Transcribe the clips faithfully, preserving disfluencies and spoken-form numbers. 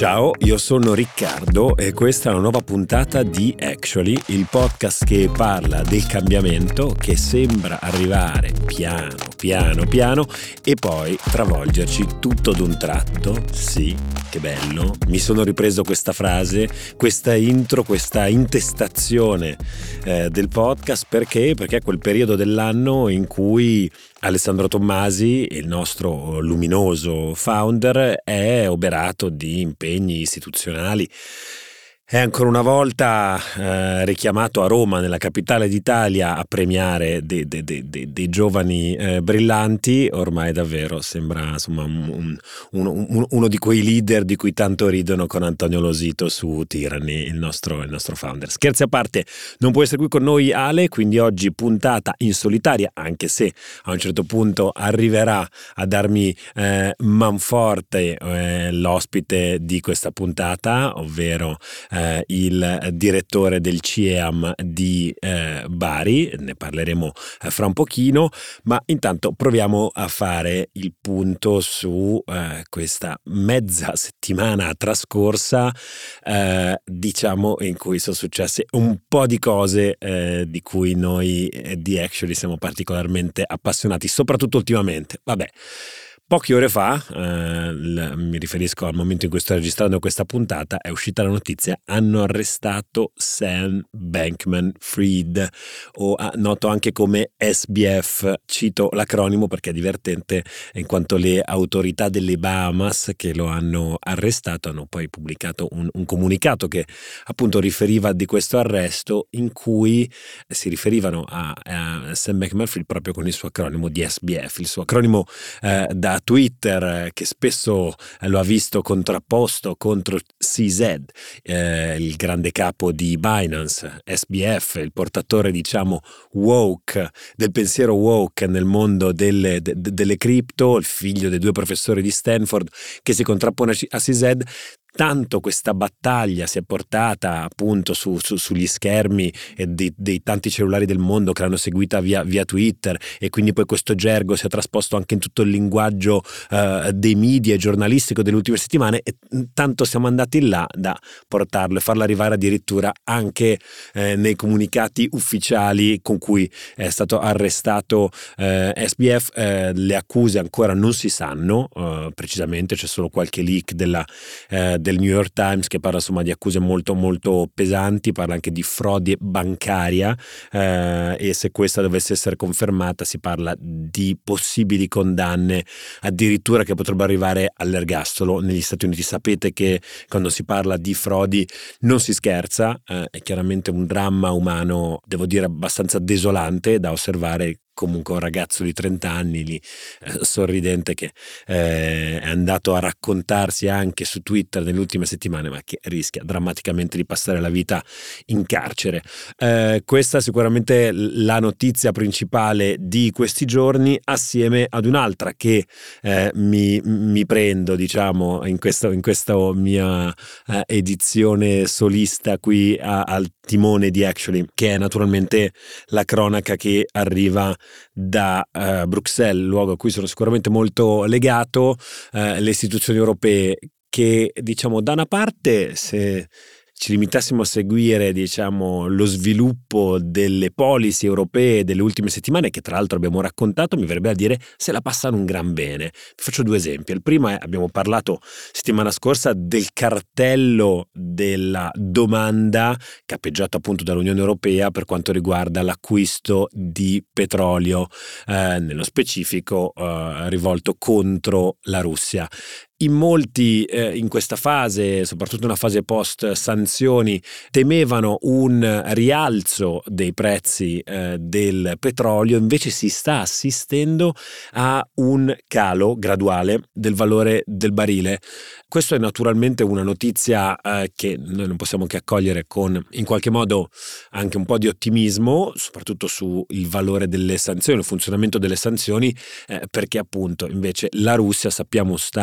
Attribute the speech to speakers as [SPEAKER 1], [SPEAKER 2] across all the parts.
[SPEAKER 1] Ciao, io sono Riccardo e questa è una nuova puntata di Actually, il podcast che parla del cambiamento che sembra arrivare piano, piano, piano e poi travolgerci tutto d'un tratto. Sì, che bello. Mi sono ripreso questa frase, questa intro, questa intestazione eh, del podcast perché? Perché è quel periodo dell'anno in cui Alessandro Tommasi, il nostro luminoso founder, è oberato di impegni istituzionali. È ancora una volta eh, richiamato a Roma, nella capitale d'Italia, a premiare dei, dei, dei, dei giovani eh, brillanti. Ormai davvero sembra insomma un, un, un, uno di quei leader di cui tanto ridono con Antonio Losito su Tyranny, il nostro, il nostro founder. Scherzi a parte, non può essere qui con noi Ale, quindi oggi puntata in solitaria, anche se a un certo punto arriverà a darmi eh, manforte eh, l'ospite di questa puntata, ovvero eh, il direttore del C E A M di eh, Bari. Ne parleremo eh, fra un pochino, ma intanto proviamo a fare il punto su eh, questa mezza settimana trascorsa, eh, diciamo, in cui sono successe un po' di cose eh, di cui noi eh, di Actually siamo particolarmente appassionati, soprattutto ultimamente. Vabbè. Poche ore fa, eh, l- mi riferisco al momento in cui sto registrando questa puntata, è uscita la notizia: hanno arrestato Sam Bankman-Fried, o ah, noto anche come S B F. Cito l'acronimo perché è divertente, in quanto le autorità delle Bahamas che lo hanno arrestato hanno poi pubblicato un, un comunicato che appunto riferiva di questo arresto, in cui si riferivano a, a Sam Bankman-Fried proprio con il suo acronimo di S B F, il suo acronimo eh, da Twitter, che spesso lo ha visto contrapposto contro C Z, eh, il grande capo di Binance. S B F, il portatore diciamo woke, del pensiero woke nel mondo delle, de, delle cripto, il figlio dei due professori di Stanford che si contrappone a C Z. Tanto questa battaglia si è portata appunto su, su, sugli schermi e dei, dei tanti cellulari del mondo che l'hanno seguita via, via Twitter, e quindi poi questo gergo si è trasposto anche in tutto il linguaggio uh, dei media e giornalistico delle ultime settimane, e tanto siamo andati là da portarlo e farlo arrivare addirittura anche eh, nei comunicati ufficiali con cui è stato arrestato eh, S B F. Eh, le accuse ancora non si sanno uh, precisamente, c'è solo qualche leak della eh, del New York Times che parla insomma di accuse molto molto pesanti, parla anche di frode bancaria, eh, e se questa dovesse essere confermata si parla di possibili condanne addirittura che potrebbero arrivare all'ergastolo negli Stati Uniti. Sapete che quando si parla di frodi non si scherza, eh, è chiaramente un dramma umano, devo dire, abbastanza desolante da osservare. Comunque un ragazzo di trenta anni lì, eh, sorridente, che eh, è andato a raccontarsi anche su Twitter nelle ultime settimane, ma che rischia drammaticamente di passare la vita in carcere. Eh, questa è sicuramente la notizia principale di questi giorni, assieme ad un'altra che eh, mi, mi prendo, diciamo, in, questo, in questa mia eh, edizione solista qui a, al timone di Actually, che è naturalmente la cronaca che arriva da uh, Bruxelles, luogo a cui sono sicuramente molto legato, uh, le istituzioni europee che, diciamo, da una parte, se ci limitassimo a seguire, diciamo, lo sviluppo delle policy europee delle ultime settimane, che tra l'altro abbiamo raccontato, mi verrebbe a dire se la passano un gran bene. Vi faccio due esempi. Il primo è: abbiamo parlato settimana scorsa del cartello della domanda capeggiato appunto dall'Unione Europea per quanto riguarda l'acquisto di petrolio, eh, nello specifico eh, rivolto contro la Russia. In molti eh, in questa fase, soprattutto una fase post sanzioni, temevano un rialzo dei prezzi eh, del petrolio. Invece si sta assistendo a un calo graduale del valore del barile. Questo è naturalmente una notizia eh, che noi non possiamo che accogliere con, in qualche modo, anche un po' di ottimismo, soprattutto sul valore delle sanzioni, il funzionamento delle sanzioni, eh, perché appunto invece la Russia, sappiamo, sta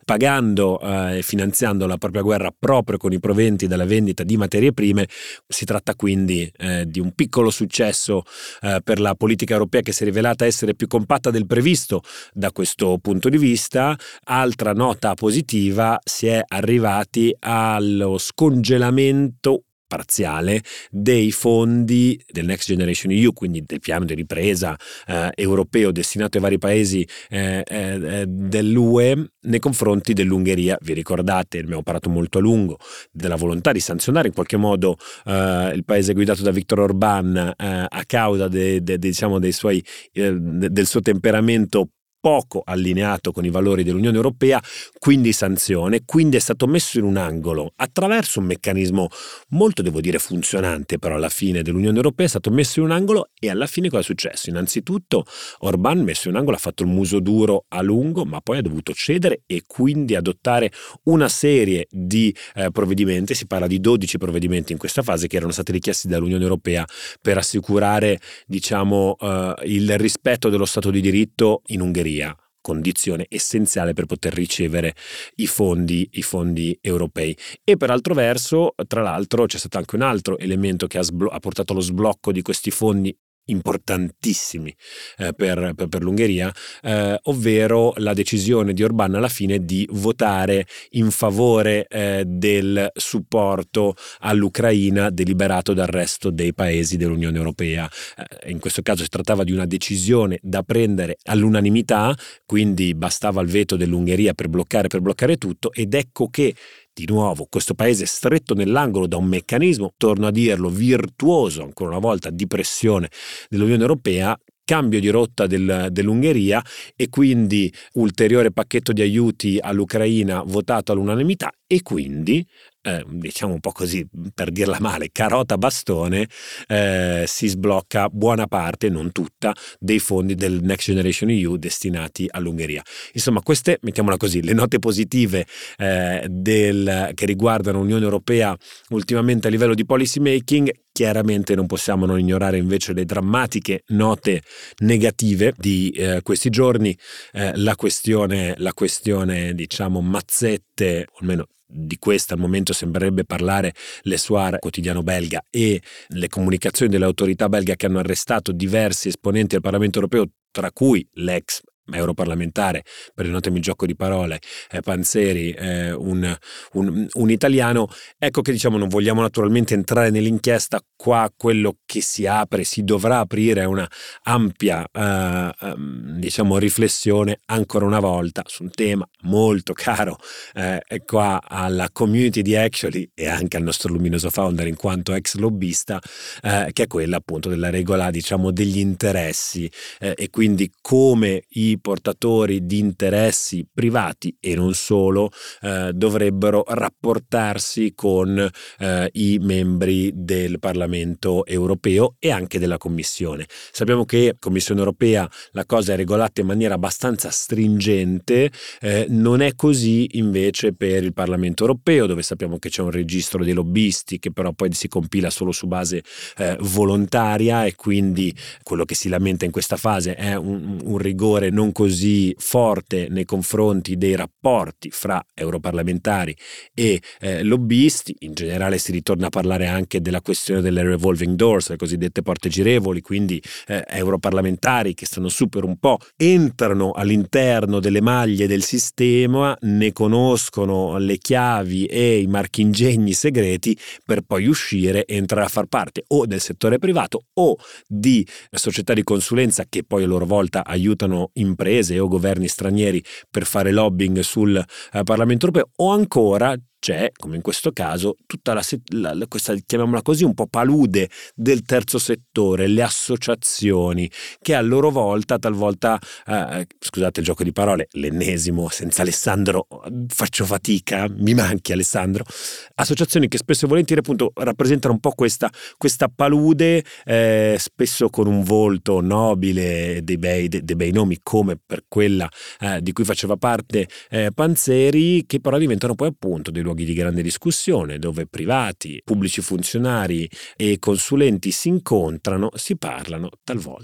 [SPEAKER 1] pagando e eh, finanziando la propria guerra proprio con i proventi dalla vendita di materie prime. Si tratta quindi eh, di un piccolo successo eh, per la politica europea, che si è rivelata essere più compatta del previsto da questo punto di vista. Altra nota positiva: si è arrivati allo scongelamento parziale dei fondi del Next Generation E U, quindi del piano di ripresa eh, europeo destinato ai vari paesi eh, eh, dell'U E nei confronti dell'Ungheria. Vi ricordate, abbiamo parlato molto a lungo della volontà di sanzionare in qualche modo eh, il paese guidato da Viktor Orbán eh, a causa de, de, de, diciamo, dei suoi, eh, del suo temperamento poco allineato con i valori dell'Unione Europea, quindi sanzione. Quindi è stato messo in un angolo attraverso un meccanismo molto, devo dire, funzionante, però alla fine dell'Unione Europea è stato messo in un angolo. E alla fine cosa è successo? Innanzitutto Orbán, messo in un angolo, ha fatto il muso duro a lungo, ma poi ha dovuto cedere e quindi adottare una serie di eh, provvedimenti. Si parla di dodici provvedimenti in questa fase, che erano stati richiesti dall'Unione Europea per assicurare, diciamo, eh, il rispetto dello Stato di diritto in Ungheria, condizione essenziale per poter ricevere i fondi, i fondi europei. E per altro verso, tra l'altro, c'è stato anche un altro elemento che ha, sblo- ha portato allo sblocco di questi fondi importantissimi eh, per, per, per l'Ungheria, eh, ovvero la decisione di Orbán alla fine di votare in favore eh, del supporto all'Ucraina deliberato dal resto dei paesi dell'Unione Europea. Eh, in questo caso si trattava di una decisione da prendere all'unanimità, quindi bastava il veto dell'Ungheria per bloccare, per bloccare tutto, ed ecco che di nuovo questo paese stretto nell'angolo da un meccanismo, torno a dirlo, virtuoso ancora una volta di pressione dell'Unione Europea, cambio di rotta del, dell'Ungheria e quindi ulteriore pacchetto di aiuti all'Ucraina votato all'unanimità e quindi eh, diciamo un po' così, per dirla male, carota bastone, eh, si sblocca buona parte, non tutta, dei fondi del Next Generation E U destinati all'Ungheria. Insomma, queste, mettiamola così, le note positive eh, del, che riguardano l'Unione Europea ultimamente a livello di policy making. Chiaramente non possiamo non ignorare invece le drammatiche note negative di eh, questi giorni, eh, la questione, la questione diciamo mazzette, o almeno di questa al momento sembrerebbe parlare Le Soir, quotidiano belga, e le comunicazioni delle autorità belga che hanno arrestato diversi esponenti del Parlamento europeo, tra cui l'ex europarlamentare, perdonatemi il gioco di parole, eh, Panzeri, eh, un, un, un italiano. Ecco che diciamo non vogliamo naturalmente entrare nell'inchiesta. Qua quello che si apre, si dovrà aprire, è una ampia eh, um, diciamo riflessione ancora una volta su un tema molto caro eh, qua alla community di Actually e anche al nostro luminoso founder in quanto ex lobbista, eh, che è quella appunto della regola diciamo degli interessi eh, e quindi come i portatori di interessi privati e non solo eh, dovrebbero rapportarsi con eh, i membri del Parlamento europeo e anche della Commissione. Sappiamo che Commissione europea la cosa è regolata in maniera abbastanza stringente, eh, non è così invece per il Parlamento europeo, dove sappiamo che c'è un registro dei lobbisti che però poi si compila solo su base eh, volontaria, e quindi quello che si lamenta in questa fase è un, un rigore non così forte nei confronti dei rapporti fra europarlamentari e eh, lobbisti. In generale si ritorna a parlare anche della questione delle revolving doors, le cosiddette porte girevoli, quindi eh, europarlamentari che stanno su per un po', entrano all'interno delle maglie del sistema, ne conoscono le chiavi e i marchingegni segreti per poi uscire e entrare a far parte o del settore privato o di società di consulenza che poi a loro volta aiutano imprese o governi stranieri per fare lobbying sul eh, Parlamento europeo, o ancora c'è, come in questo caso, tutta la, la, questa, chiamiamola così, un po' palude del terzo settore, le associazioni, che a loro volta, talvolta, eh, scusate il gioco di parole, l'ennesimo, senza Alessandro faccio fatica, mi manchi Alessandro, associazioni che spesso e volentieri appunto rappresentano un po' questa, questa palude, eh, spesso con un volto nobile, dei bei, dei, dei bei nomi, come per quella eh, di cui faceva parte eh, Panzeri, che però diventano poi appunto dei luoghi di grande discussione, dove privati, pubblici funzionari e consulenti si incontrano, si parlano, talvolta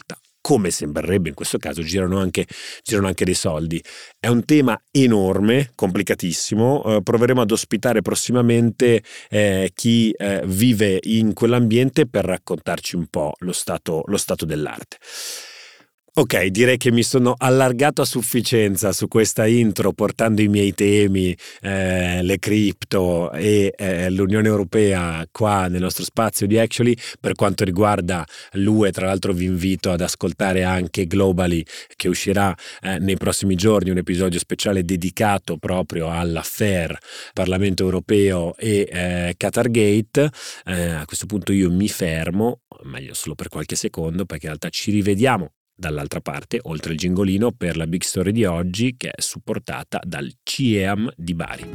[SPEAKER 1] come sembrerebbe in questo caso, girano anche, girano anche dei soldi. È un tema enorme, complicatissimo. Eh, proveremo ad ospitare prossimamente eh, chi eh, vive in quell'ambiente per raccontarci un po' lo stato, lo stato dell'arte. Ok, direi che mi sono allargato a sufficienza su questa intro portando i miei temi, eh, le cripto e eh, l'Unione Europea qua nel nostro spazio di Actually. Per quanto riguarda l'U E, tra l'altro vi invito ad ascoltare anche Globally, che uscirà eh, nei prossimi giorni, un episodio speciale dedicato proprio all'affair Parlamento Europeo e eh, Qatargate. Eh, a questo punto io mi fermo, meglio solo per qualche secondo, perché in realtà ci rivediamo dall'altra parte, oltre il gingolino, per la big story di oggi, che è supportata dal C E A M di Bari.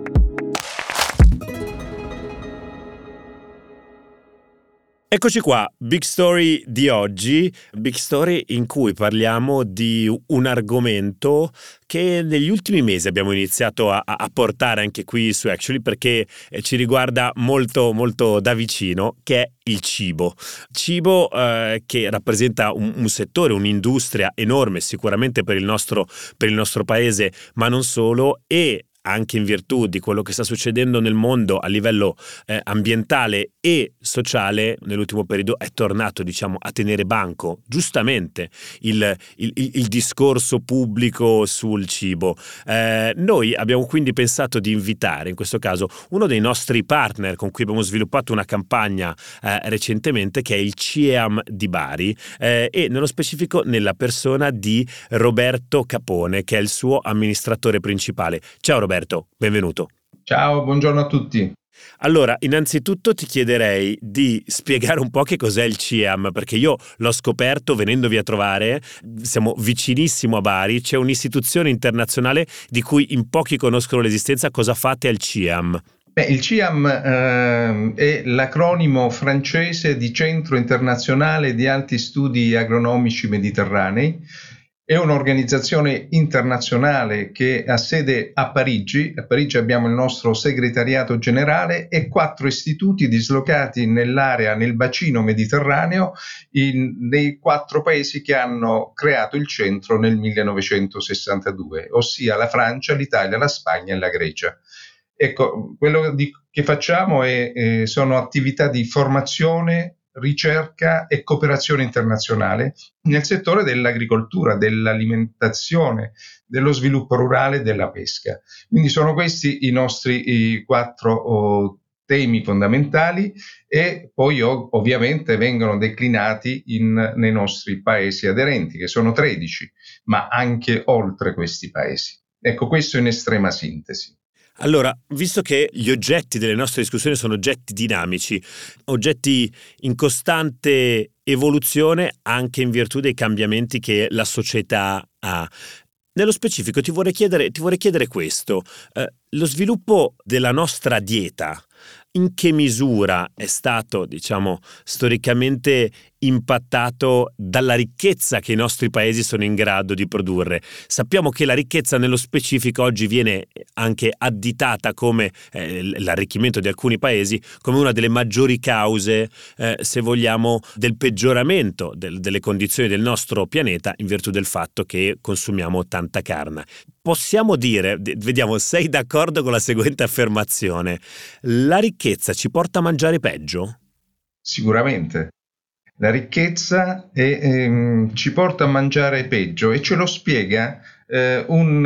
[SPEAKER 1] Eccoci qua, big story di oggi, big story in cui parliamo di un argomento che negli ultimi mesi abbiamo iniziato a, a portare anche qui su Actually, perché ci riguarda molto molto da vicino, che è il cibo. Cibo eh, che rappresenta un, un settore, un'industria enorme sicuramente per il nostro, per il nostro paese, ma non solo, e anche in virtù di quello che sta succedendo nel mondo a livello eh, ambientale e sociale, nell'ultimo periodo è tornato, diciamo, a tenere banco, giustamente, il, il, il discorso pubblico sul cibo. Eh, noi abbiamo quindi pensato di invitare, in questo caso, uno dei nostri partner con cui abbiamo sviluppato una campagna eh, recentemente, che è il C E A M di Bari, eh, e nello specifico nella persona di Roberto Capone, che è il suo amministratore principale. Ciao Roberto. Roberto, benvenuto.
[SPEAKER 2] Ciao, buongiorno a tutti.
[SPEAKER 1] Allora, innanzitutto ti chiederei di spiegare un po' che cos'è il C E A M, perché io l'ho scoperto venendovi a trovare, siamo vicinissimo a Bari, c'è un'istituzione internazionale di cui in pochi conoscono l'esistenza. Cosa fate al C E A M?
[SPEAKER 2] Beh, il C E A M eh, è l'acronimo francese di Centro Internazionale di Alti Studi Agronomici Mediterranei. È un'organizzazione internazionale che ha sede a Parigi. A Parigi abbiamo il nostro segretariato generale e quattro istituti dislocati nell'area, nel bacino mediterraneo, in, nei quattro paesi che hanno creato il centro nel millenovecentosessantadue, ossia la Francia, l'Italia, la Spagna e la Grecia. Ecco, quello di, che facciamo è, eh, sono attività di formazione, ricerca e cooperazione internazionale nel settore dell'agricoltura, dell'alimentazione, dello sviluppo rurale e della pesca. Quindi sono questi i nostri i quattro oh, temi fondamentali, e poi ov- ovviamente vengono declinati in, nei nostri paesi aderenti, che sono tredici, ma anche oltre questi paesi. Ecco, questo in estrema sintesi.
[SPEAKER 1] Allora, visto che gli oggetti delle nostre discussioni sono oggetti dinamici, oggetti in costante evoluzione anche in virtù dei cambiamenti che la società ha, nello specifico ti vorrei chiedere, ti vorrei chiedere questo. Eh, lo sviluppo della nostra dieta, in che misura è stato, diciamo, storicamente impattato dalla ricchezza che i nostri paesi sono in grado di produrre? Sappiamo che la ricchezza nello specifico oggi viene anche additata come eh, l'arricchimento di alcuni paesi come una delle maggiori cause, eh, se vogliamo, del peggioramento del, delle condizioni del nostro pianeta in virtù del fatto che consumiamo tanta carne. Possiamo dire, vediamo, sei d'accordo con la seguente affermazione: la ricchezza ci porta a mangiare peggio?
[SPEAKER 2] Sicuramente. La ricchezza è, ehm, ci porta a mangiare peggio, e ce lo spiega eh, un,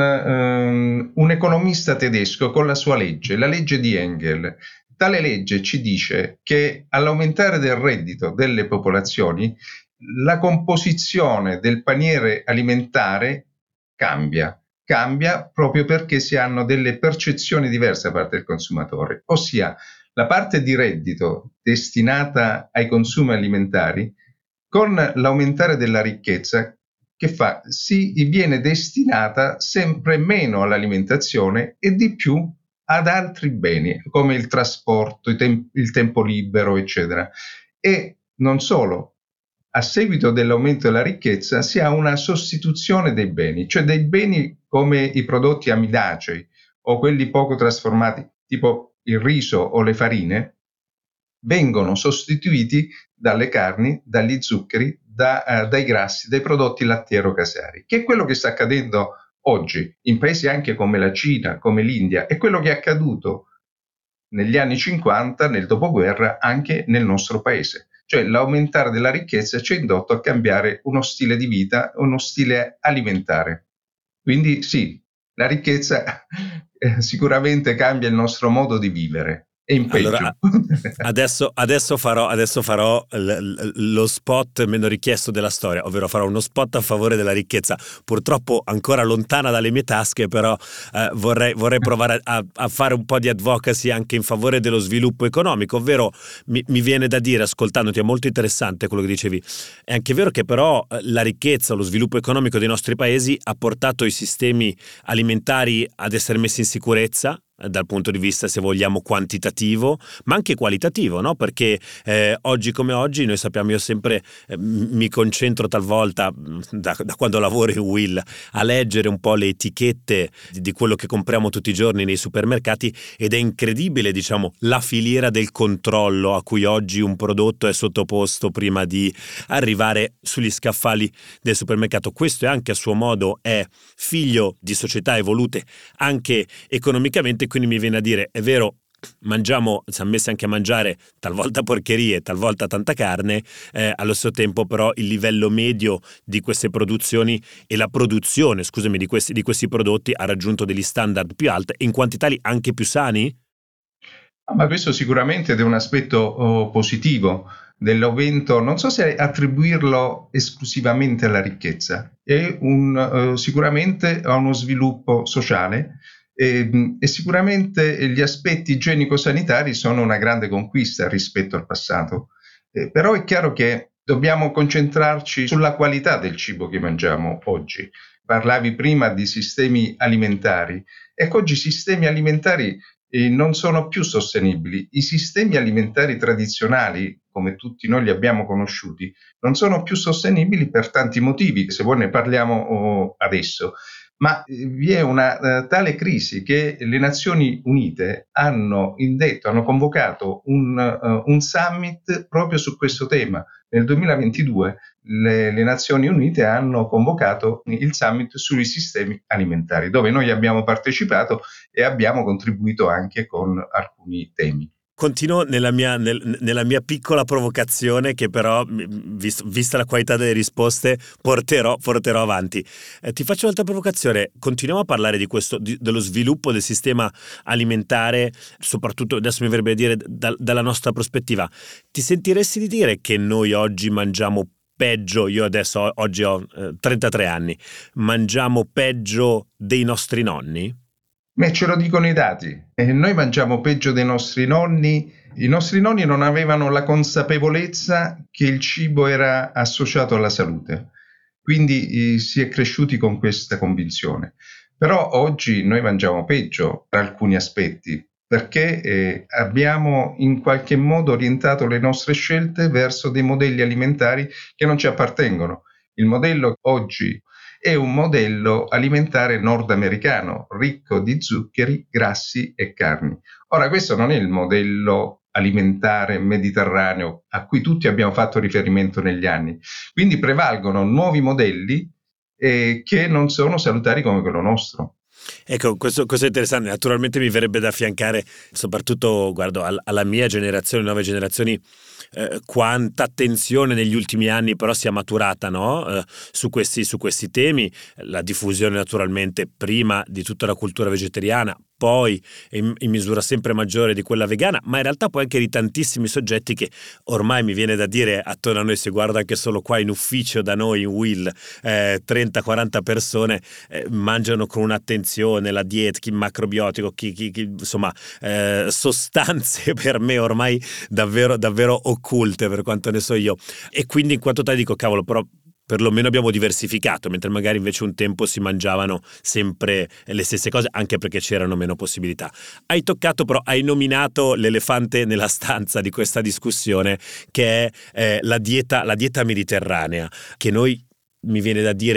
[SPEAKER 2] um, un economista tedesco con la sua legge, la legge di Engel. Tale legge ci dice che all'aumentare del reddito delle popolazioni la composizione del paniere alimentare cambia. Cambia proprio perché si hanno delle percezioni diverse da parte del consumatore, ossia la parte di reddito destinata ai consumi alimentari, con l'aumentare della ricchezza, che fa? Si viene destinata sempre meno all'alimentazione e di più ad altri beni, come il trasporto, il, tem- il tempo libero, eccetera. E non solo, a seguito dell'aumento della ricchezza si ha una sostituzione dei beni, cioè dei beni come i prodotti amidacei o quelli poco trasformati, tipo il riso o le farine, vengono sostituiti dalle carni, dagli zuccheri, da, uh, dai grassi, dai prodotti lattiero-casei, che è quello che sta accadendo oggi in paesi anche come la Cina, come l'India, è quello che è accaduto negli anni cinquanta, nel dopoguerra, anche nel nostro paese. Cioè l'aumentare della ricchezza ci ha indotto a cambiare uno stile di vita, uno stile alimentare. Quindi sì, la ricchezza eh, sicuramente cambia il nostro modo di vivere. In
[SPEAKER 1] allora, adesso, adesso farò, adesso farò l, l, lo spot meno richiesto della storia, ovvero farò uno spot a favore della ricchezza, purtroppo ancora lontana dalle mie tasche, però eh, vorrei, vorrei provare a, a fare un po' di advocacy anche in favore dello sviluppo economico, ovvero mi, mi viene da dire, ascoltandoti, è molto interessante quello che dicevi, è anche vero che però la ricchezza, lo sviluppo economico dei nostri paesi ha portato i sistemi alimentari ad essere messi in sicurezza, dal punto di vista, se vogliamo, quantitativo, ma anche qualitativo, no? Perché eh, oggi come oggi noi sappiamo, io sempre eh, mi concentro talvolta da, da quando lavoro in Will a leggere un po' le etichette di, di quello che compriamo tutti i giorni nei supermercati, ed è incredibile, diciamo, la filiera del controllo a cui oggi un prodotto è sottoposto prima di arrivare sugli scaffali del supermercato. Questo è anche a suo modo è figlio di società evolute anche economicamente. Quindi mi viene a dire, è vero, mangiamo, siamo messi anche a mangiare talvolta porcherie, talvolta tanta carne, eh, allo stesso tempo però il livello medio di queste produzioni e la produzione, scusami, di questi, di questi prodotti ha raggiunto degli standard più alti, in quantità anche più sani?
[SPEAKER 2] Ma questo sicuramente è un aspetto oh, positivo dell'aumento, non so se attribuirlo esclusivamente alla ricchezza, è un, uh, sicuramente a uno sviluppo sociale. E, e sicuramente gli aspetti igienico-sanitari sono una grande conquista rispetto al passato, eh, però è chiaro che dobbiamo concentrarci sulla qualità del cibo che mangiamo oggi. Parlavi prima di sistemi alimentari, ecco, oggi i sistemi alimentari eh, non sono più sostenibili. I sistemi alimentari tradizionali, come tutti noi li abbiamo conosciuti, non sono più sostenibili per tanti motivi, se voi ne parliamo oh, adesso. Ma vi è una uh, tale crisi che le Nazioni Unite hanno indetto, hanno convocato un, uh, un summit proprio su questo tema. Nel duemilaventidue le, le Nazioni Unite hanno convocato il summit sui sistemi alimentari, dove noi abbiamo partecipato e abbiamo contribuito anche con alcuni temi.
[SPEAKER 1] Continuo nella mia, nel, nella mia piccola provocazione, che però, vist, vista la qualità delle risposte, porterò, porterò avanti. Eh, ti faccio un'altra provocazione. Continuiamo a parlare di questo, di, dello sviluppo del sistema alimentare, soprattutto, adesso mi verrebbe a dire, da, dalla nostra prospettiva. Ti sentiresti di dire che noi oggi mangiamo peggio, io adesso oggi ho eh, trentatré anni, mangiamo peggio dei nostri nonni?
[SPEAKER 2] Beh, ce lo dicono i dati. Eh, noi mangiamo peggio dei nostri nonni. I nostri nonni non avevano la consapevolezza che il cibo era associato alla salute, quindi eh, si è cresciuti con questa convinzione. Però oggi noi mangiamo peggio per alcuni aspetti, perché eh, abbiamo in qualche modo orientato le nostre scelte verso dei modelli alimentari che non ci appartengono. Il modello oggi è un modello alimentare nordamericano, ricco di zuccheri, grassi e carni. Ora, questo non è il modello alimentare mediterraneo a cui tutti abbiamo fatto riferimento negli anni. Quindi prevalgono nuovi modelli eh, che non sono salutari come quello nostro.
[SPEAKER 1] Ecco, questo, questo è interessante. Naturalmente mi verrebbe da affiancare, soprattutto guardo al, alla mia generazione, nuove generazioni, eh, quanta attenzione negli ultimi anni però sia maturata, no? eh, su, questi, su questi temi, la diffusione naturalmente prima di tutta la cultura vegetariana, poi in, in misura sempre maggiore di quella vegana, ma in realtà poi anche di tantissimi soggetti che ormai mi viene da dire, attorno a noi, si guarda anche solo qua in ufficio da noi in Will, eh, trenta quaranta persone eh, mangiano con un'attenzione la dieta, chi macrobiotico, chi, chi, chi insomma eh, sostanze per me ormai davvero, davvero occulte per quanto ne so io, e quindi in quanto tale dico cavolo, però perlomeno abbiamo diversificato, mentre magari invece un tempo si mangiavano sempre le stesse cose, anche perché c'erano meno possibilità. Hai toccato però, hai nominato l'elefante nella stanza di questa discussione, che è eh, la dieta, la dieta mediterranea, che noi, mi viene da dire,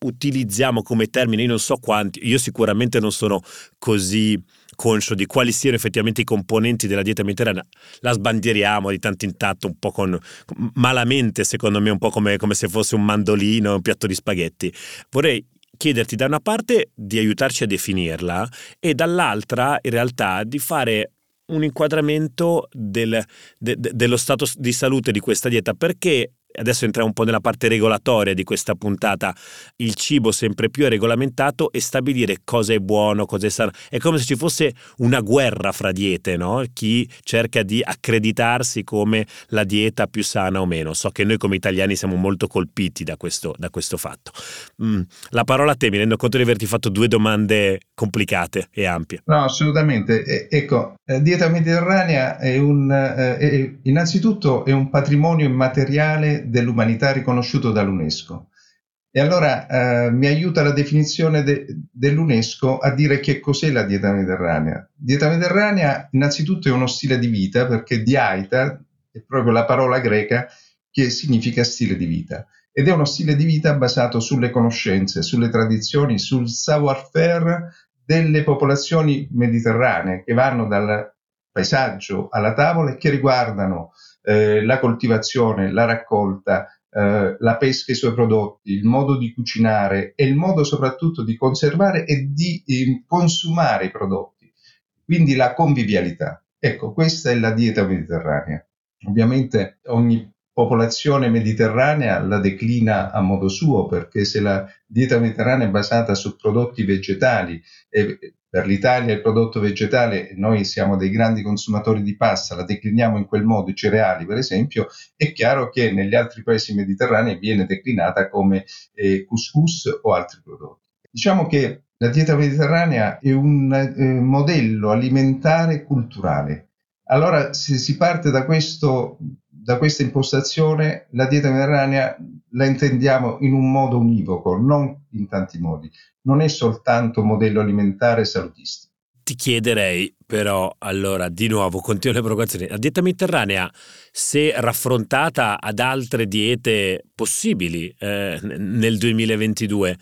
[SPEAKER 1] utilizziamo come termine, io non so quanti, io sicuramente non sono così conscio di quali siano effettivamente i componenti della dieta mediterranea, la sbandieriamo di tanto in tanto un po' con malamente, secondo me, un po' come, come se fosse un mandolino, un piatto di spaghetti. Vorrei chiederti da una parte di aiutarci a definirla e dall'altra in realtà di fare un inquadramento del, de, de, dello stato di salute di questa dieta, perché adesso entriamo un po' nella parte regolatoria di questa puntata. Il cibo sempre più è regolamentato e stabilire cosa è buono, cosa è sano. È come se ci fosse una guerra fra diete, no? Chi cerca di accreditarsi come la dieta più sana o meno. So che noi come italiani siamo molto colpiti da questo, da questo fatto. Mm, la parola a te, mi rendo conto di averti fatto due domande complicate e ampie.
[SPEAKER 2] No, assolutamente. E, ecco, eh, dieta mediterranea è un, eh, è, innanzitutto è un patrimonio immateriale dell'umanità riconosciuto dall'UNESCO. E allora eh, mi aiuta la definizione de, dell'UNESCO a dire che cos'è la dieta mediterranea. Dieta mediterranea innanzitutto è uno stile di vita, perché diaita è proprio la parola greca che significa stile di vita. Ed è uno stile di vita basato sulle conoscenze, sulle tradizioni, sul savoir-faire delle popolazioni mediterranee che vanno dal paesaggio alla tavola e che riguardano eh, la coltivazione, la raccolta, eh, la pesca e i suoi prodotti, il modo di cucinare e il modo soprattutto di conservare e di eh, consumare i prodotti, quindi la convivialità. Ecco, questa è la dieta mediterranea. Ovviamente ogni popolazione mediterranea la declina a modo suo, perché se la dieta mediterranea è basata su prodotti vegetali e per l'Italia il prodotto vegetale, noi siamo dei grandi consumatori di pasta, la decliniamo in quel modo, i cereali per esempio, è chiaro che negli altri paesi mediterranei viene declinata come eh, couscous o altri prodotti. Diciamo che la dieta mediterranea è un eh, modello alimentare culturale. Allora, se si parte da questo, da questa impostazione, la dieta mediterranea la intendiamo in un modo univoco, non in tanti modi. Non è soltanto modello alimentare salutistico.
[SPEAKER 1] Ti chiederei però, allora, di nuovo, continuo le provocazioni. La dieta mediterranea, se raffrontata ad altre diete possibili eh, nel duemilaventidue,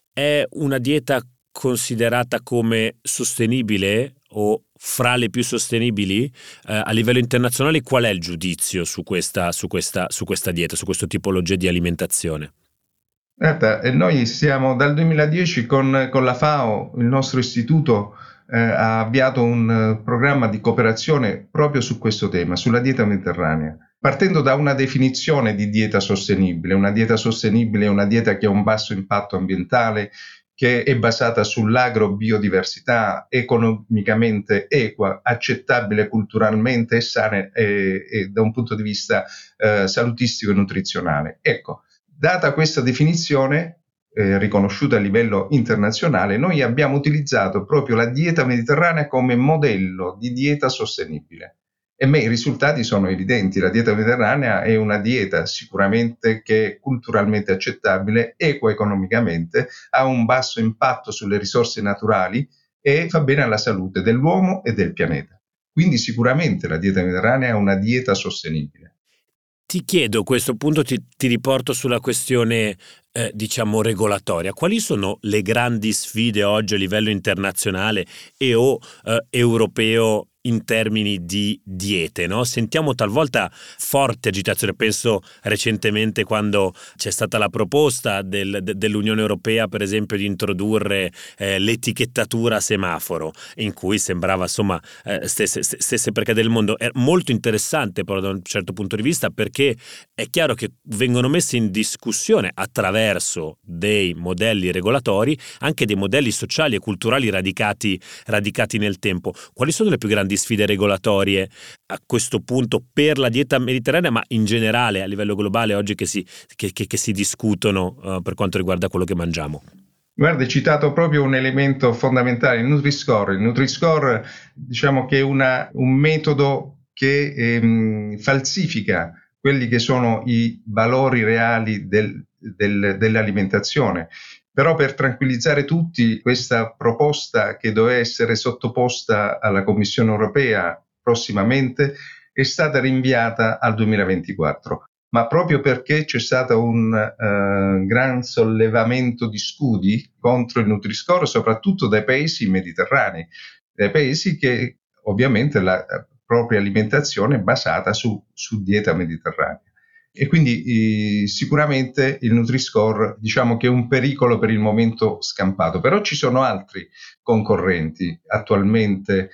[SPEAKER 1] è una dieta considerata come sostenibile o fra le più sostenibili eh, a livello internazionale? Qual è il giudizio su questa, su questa, su questa dieta, su questa tipologia di alimentazione?
[SPEAKER 2] Guarda, noi siamo dal duemiladieci con, con la FAO, il nostro istituto eh, ha avviato un uh, programma di cooperazione proprio su questo tema, sulla dieta mediterranea, partendo da una definizione di dieta sostenibile. Una dieta sostenibile è una dieta che ha un basso impatto ambientale, che è basata sull'agrobiodiversità, economicamente equa, accettabile culturalmente e sana e, e da un punto di vista eh, salutistico e nutrizionale. Ecco, data questa definizione eh, riconosciuta a livello internazionale, noi abbiamo utilizzato proprio la dieta mediterranea come modello di dieta sostenibile. E me, i risultati sono evidenti. La dieta mediterranea è una dieta sicuramente che è culturalmente accettabile, equa economicamente, ha un basso impatto sulle risorse naturali e fa bene alla salute dell'uomo e del pianeta. Quindi sicuramente la dieta mediterranea è una dieta sostenibile.
[SPEAKER 1] Ti chiedo, a questo punto ti, ti riporto sulla questione eh, diciamo regolatoria. Quali sono le grandi sfide oggi a livello internazionale e o eh, europeo in termini di diete, no? Sentiamo talvolta forte agitazione. Penso recentemente quando c'è stata la proposta del, de, dell'Unione Europea, per esempio, di introdurre eh, l'etichettatura a semaforo, in cui sembrava insomma eh, stesse, stesse per cadere il mondo. È molto interessante però da un certo punto di vista, perché è chiaro che vengono messe in discussione attraverso dei modelli regolatori anche dei modelli sociali e culturali radicati, radicati nel tempo. Quali sono le più grandi sfide regolatorie a questo punto per la dieta mediterranea, ma in generale a livello globale oggi che si, che, che, che si discutono uh, per quanto riguarda quello che mangiamo?
[SPEAKER 2] Guarda, hai citato proprio un elemento fondamentale, il Nutri-Score. Il Nutri-Score, diciamo che è una, un metodo che ehm, falsifica quelli che sono i valori reali del, del, dell'alimentazione. Però per tranquillizzare tutti, questa proposta che doveva essere sottoposta alla Commissione Europea prossimamente è stata rinviata al duemilaventiquattro. ma proprio perché c'è stato un uh, gran sollevamento di scudi contro il Nutri-Score, soprattutto dai paesi mediterranei, dai paesi che ovviamente la propria alimentazione è basata su, su dieta mediterranea. E quindi eh, sicuramente il Nutri-Score, diciamo che è un pericolo per il momento scampato, però ci sono altri concorrenti. Attualmente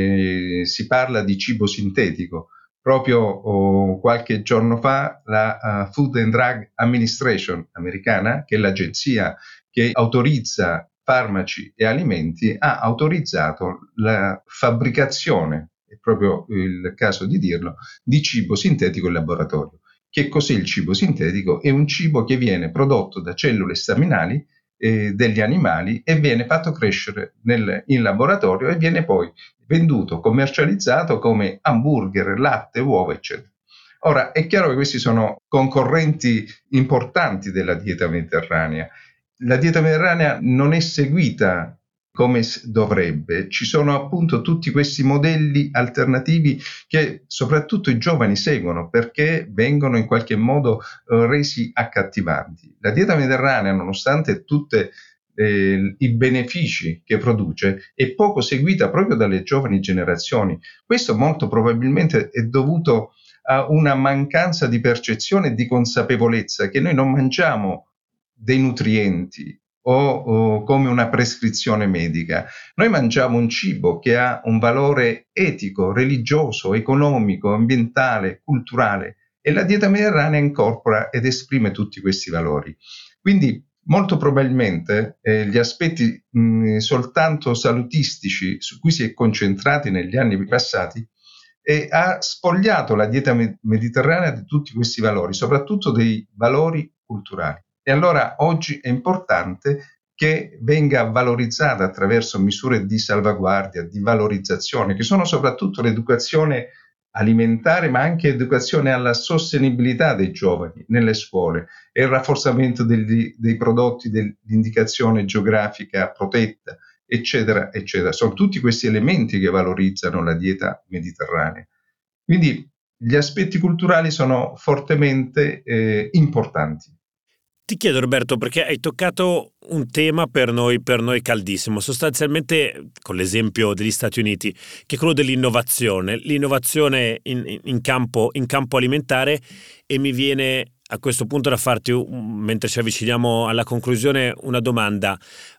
[SPEAKER 2] eh, si parla di cibo sintetico. Proprio oh, qualche giorno fa la uh, Food and Drug Administration americana, che è l'agenzia che autorizza farmaci e alimenti, ha autorizzato la fabbricazione, è proprio il caso di dirlo, di cibo sintetico in laboratorio. Che cos'è il cibo sintetico? È un cibo che viene prodotto da cellule staminali eh, degli animali e viene fatto crescere nel, in laboratorio e viene poi venduto, commercializzato come hamburger, latte, uova, eccetera. Ora, è chiaro che questi sono concorrenti importanti della dieta mediterranea. La dieta mediterranea non è seguita come dovrebbe. Ci sono appunto tutti questi modelli alternativi che soprattutto i giovani seguono perché vengono in qualche modo eh, resi accattivanti. La dieta mediterranea, nonostante tutti eh, i benefici che produce, è poco seguita proprio dalle giovani generazioni. Questo molto probabilmente è dovuto a una mancanza di percezione e di consapevolezza che noi non mangiamo dei nutrienti o, o come una prescrizione medica. Noi mangiamo un cibo che ha un valore etico, religioso, economico, ambientale, culturale e la dieta mediterranea incorpora ed esprime tutti questi valori. Quindi molto probabilmente eh, gli aspetti mh, soltanto salutistici su cui si è concentrati negli anni passati e ha spogliato la dieta mediterranea di tutti questi valori, soprattutto dei valori culturali. E allora oggi è importante che venga valorizzata attraverso misure di salvaguardia, di valorizzazione, che sono soprattutto l'educazione alimentare, ma anche educazione alla sostenibilità dei giovani nelle scuole e il rafforzamento degli, dei prodotti dell'indicazione geografica protetta, eccetera, eccetera. Sono tutti questi elementi che valorizzano la dieta mediterranea. Quindi gli aspetti culturali sono fortemente eh, importanti.
[SPEAKER 1] Ti chiedo, Roberto, perché hai toccato un tema per noi, per noi caldissimo, sostanzialmente con l'esempio degli Stati Uniti, che è quello dell'innovazione, l'innovazione in, in, campo, in campo alimentare, e mi viene a questo punto da farti, mentre ci avviciniamo alla conclusione, una domanda.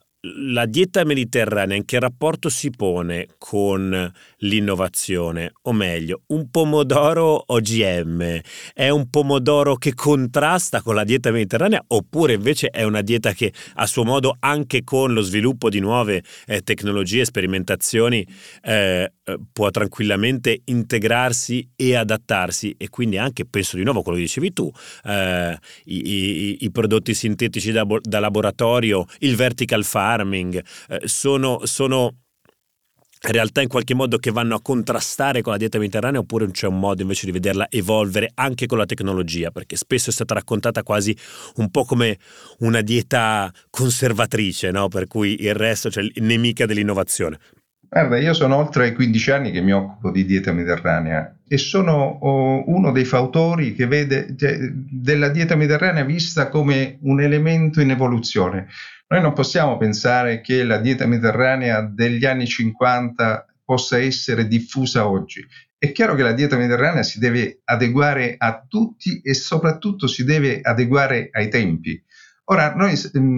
[SPEAKER 1] La dieta mediterranea in che rapporto si pone con l'innovazione? O meglio, un pomodoro O G M è un pomodoro che contrasta con la dieta mediterranea, oppure invece è una dieta che a suo modo, anche con lo sviluppo di nuove eh, tecnologie e sperimentazioni, eh, può tranquillamente integrarsi e adattarsi? E quindi anche, penso di nuovo a quello che dicevi tu, eh, i, i, i prodotti sintetici da, da laboratorio, il vertical farming, eh, sono, sono realtà in qualche modo che vanno a contrastare con la dieta mediterranea, oppure c'è un modo invece di vederla evolvere anche con la tecnologia? Perché spesso è stata raccontata quasi un po' come una dieta conservatrice, no? Per cui il resto, cioè nemica dell'innovazione.
[SPEAKER 2] Guarda, io sono oltre quindici anni che mi occupo di dieta mediterranea e sono oh, uno dei fautori che vede cioè, della dieta mediterranea vista come un elemento in evoluzione. Noi non possiamo pensare che la dieta mediterranea degli anni cinquanta possa essere diffusa oggi. È chiaro che la dieta mediterranea si deve adeguare a tutti e soprattutto si deve adeguare ai tempi. Ora, noi,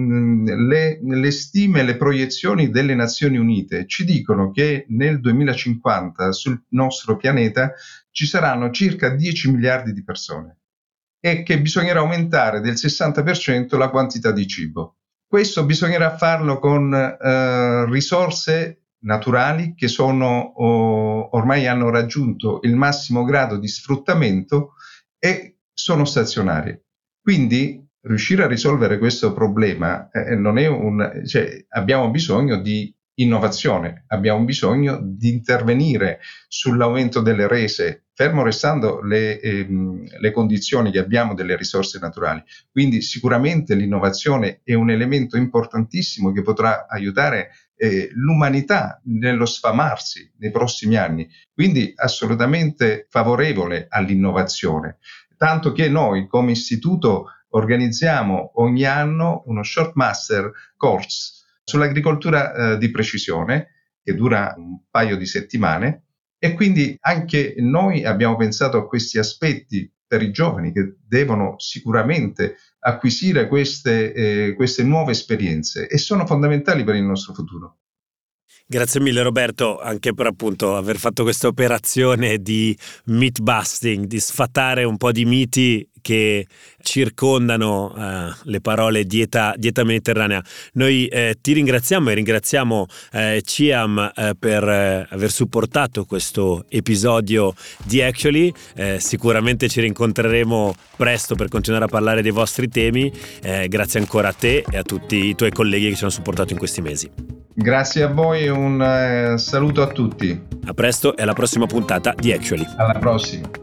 [SPEAKER 2] le, le stime, le proiezioni delle Nazioni Unite ci dicono che nel duemilacinquanta sul nostro pianeta ci saranno circa dieci miliardi di persone e che bisognerà aumentare del sessanta per cento la quantità di cibo. Questo bisognerà farlo con eh, risorse naturali che sono oh, ormai hanno raggiunto il massimo grado di sfruttamento e sono stazionarie. Quindi riuscire a risolvere questo problema eh, non è un, cioè, abbiamo bisogno di innovazione, abbiamo bisogno di intervenire sull'aumento delle rese, fermo restando le, ehm, le condizioni che abbiamo delle risorse naturali. Quindi sicuramente l'innovazione è un elemento importantissimo che potrà aiutare eh, l'umanità nello sfamarsi nei prossimi anni. Quindi assolutamente favorevole all'innovazione. tanto che noi come istituto organizziamo ogni anno uno short master course sull'agricoltura eh, di precisione che dura un paio di settimane, e quindi anche noi abbiamo pensato a questi aspetti per i giovani che devono sicuramente acquisire queste, eh, queste nuove esperienze e sono fondamentali per il nostro futuro.
[SPEAKER 1] Grazie mille Roberto anche per appunto aver fatto questa operazione di myth busting, di sfatare un po' di miti che circondano eh, le parole dieta, dieta mediterranea. Noi eh, ti ringraziamo e ringraziamo eh, Ciam eh, per eh, aver supportato questo episodio di Actually. Eh, sicuramente ci rincontreremo presto per continuare a parlare dei vostri temi. Eh, grazie ancora a te e a tutti i tuoi colleghi che ci hanno supportato in questi mesi.
[SPEAKER 2] Grazie a voi e un eh, saluto a tutti.
[SPEAKER 1] A presto e alla prossima puntata di Actually.
[SPEAKER 2] Alla prossima.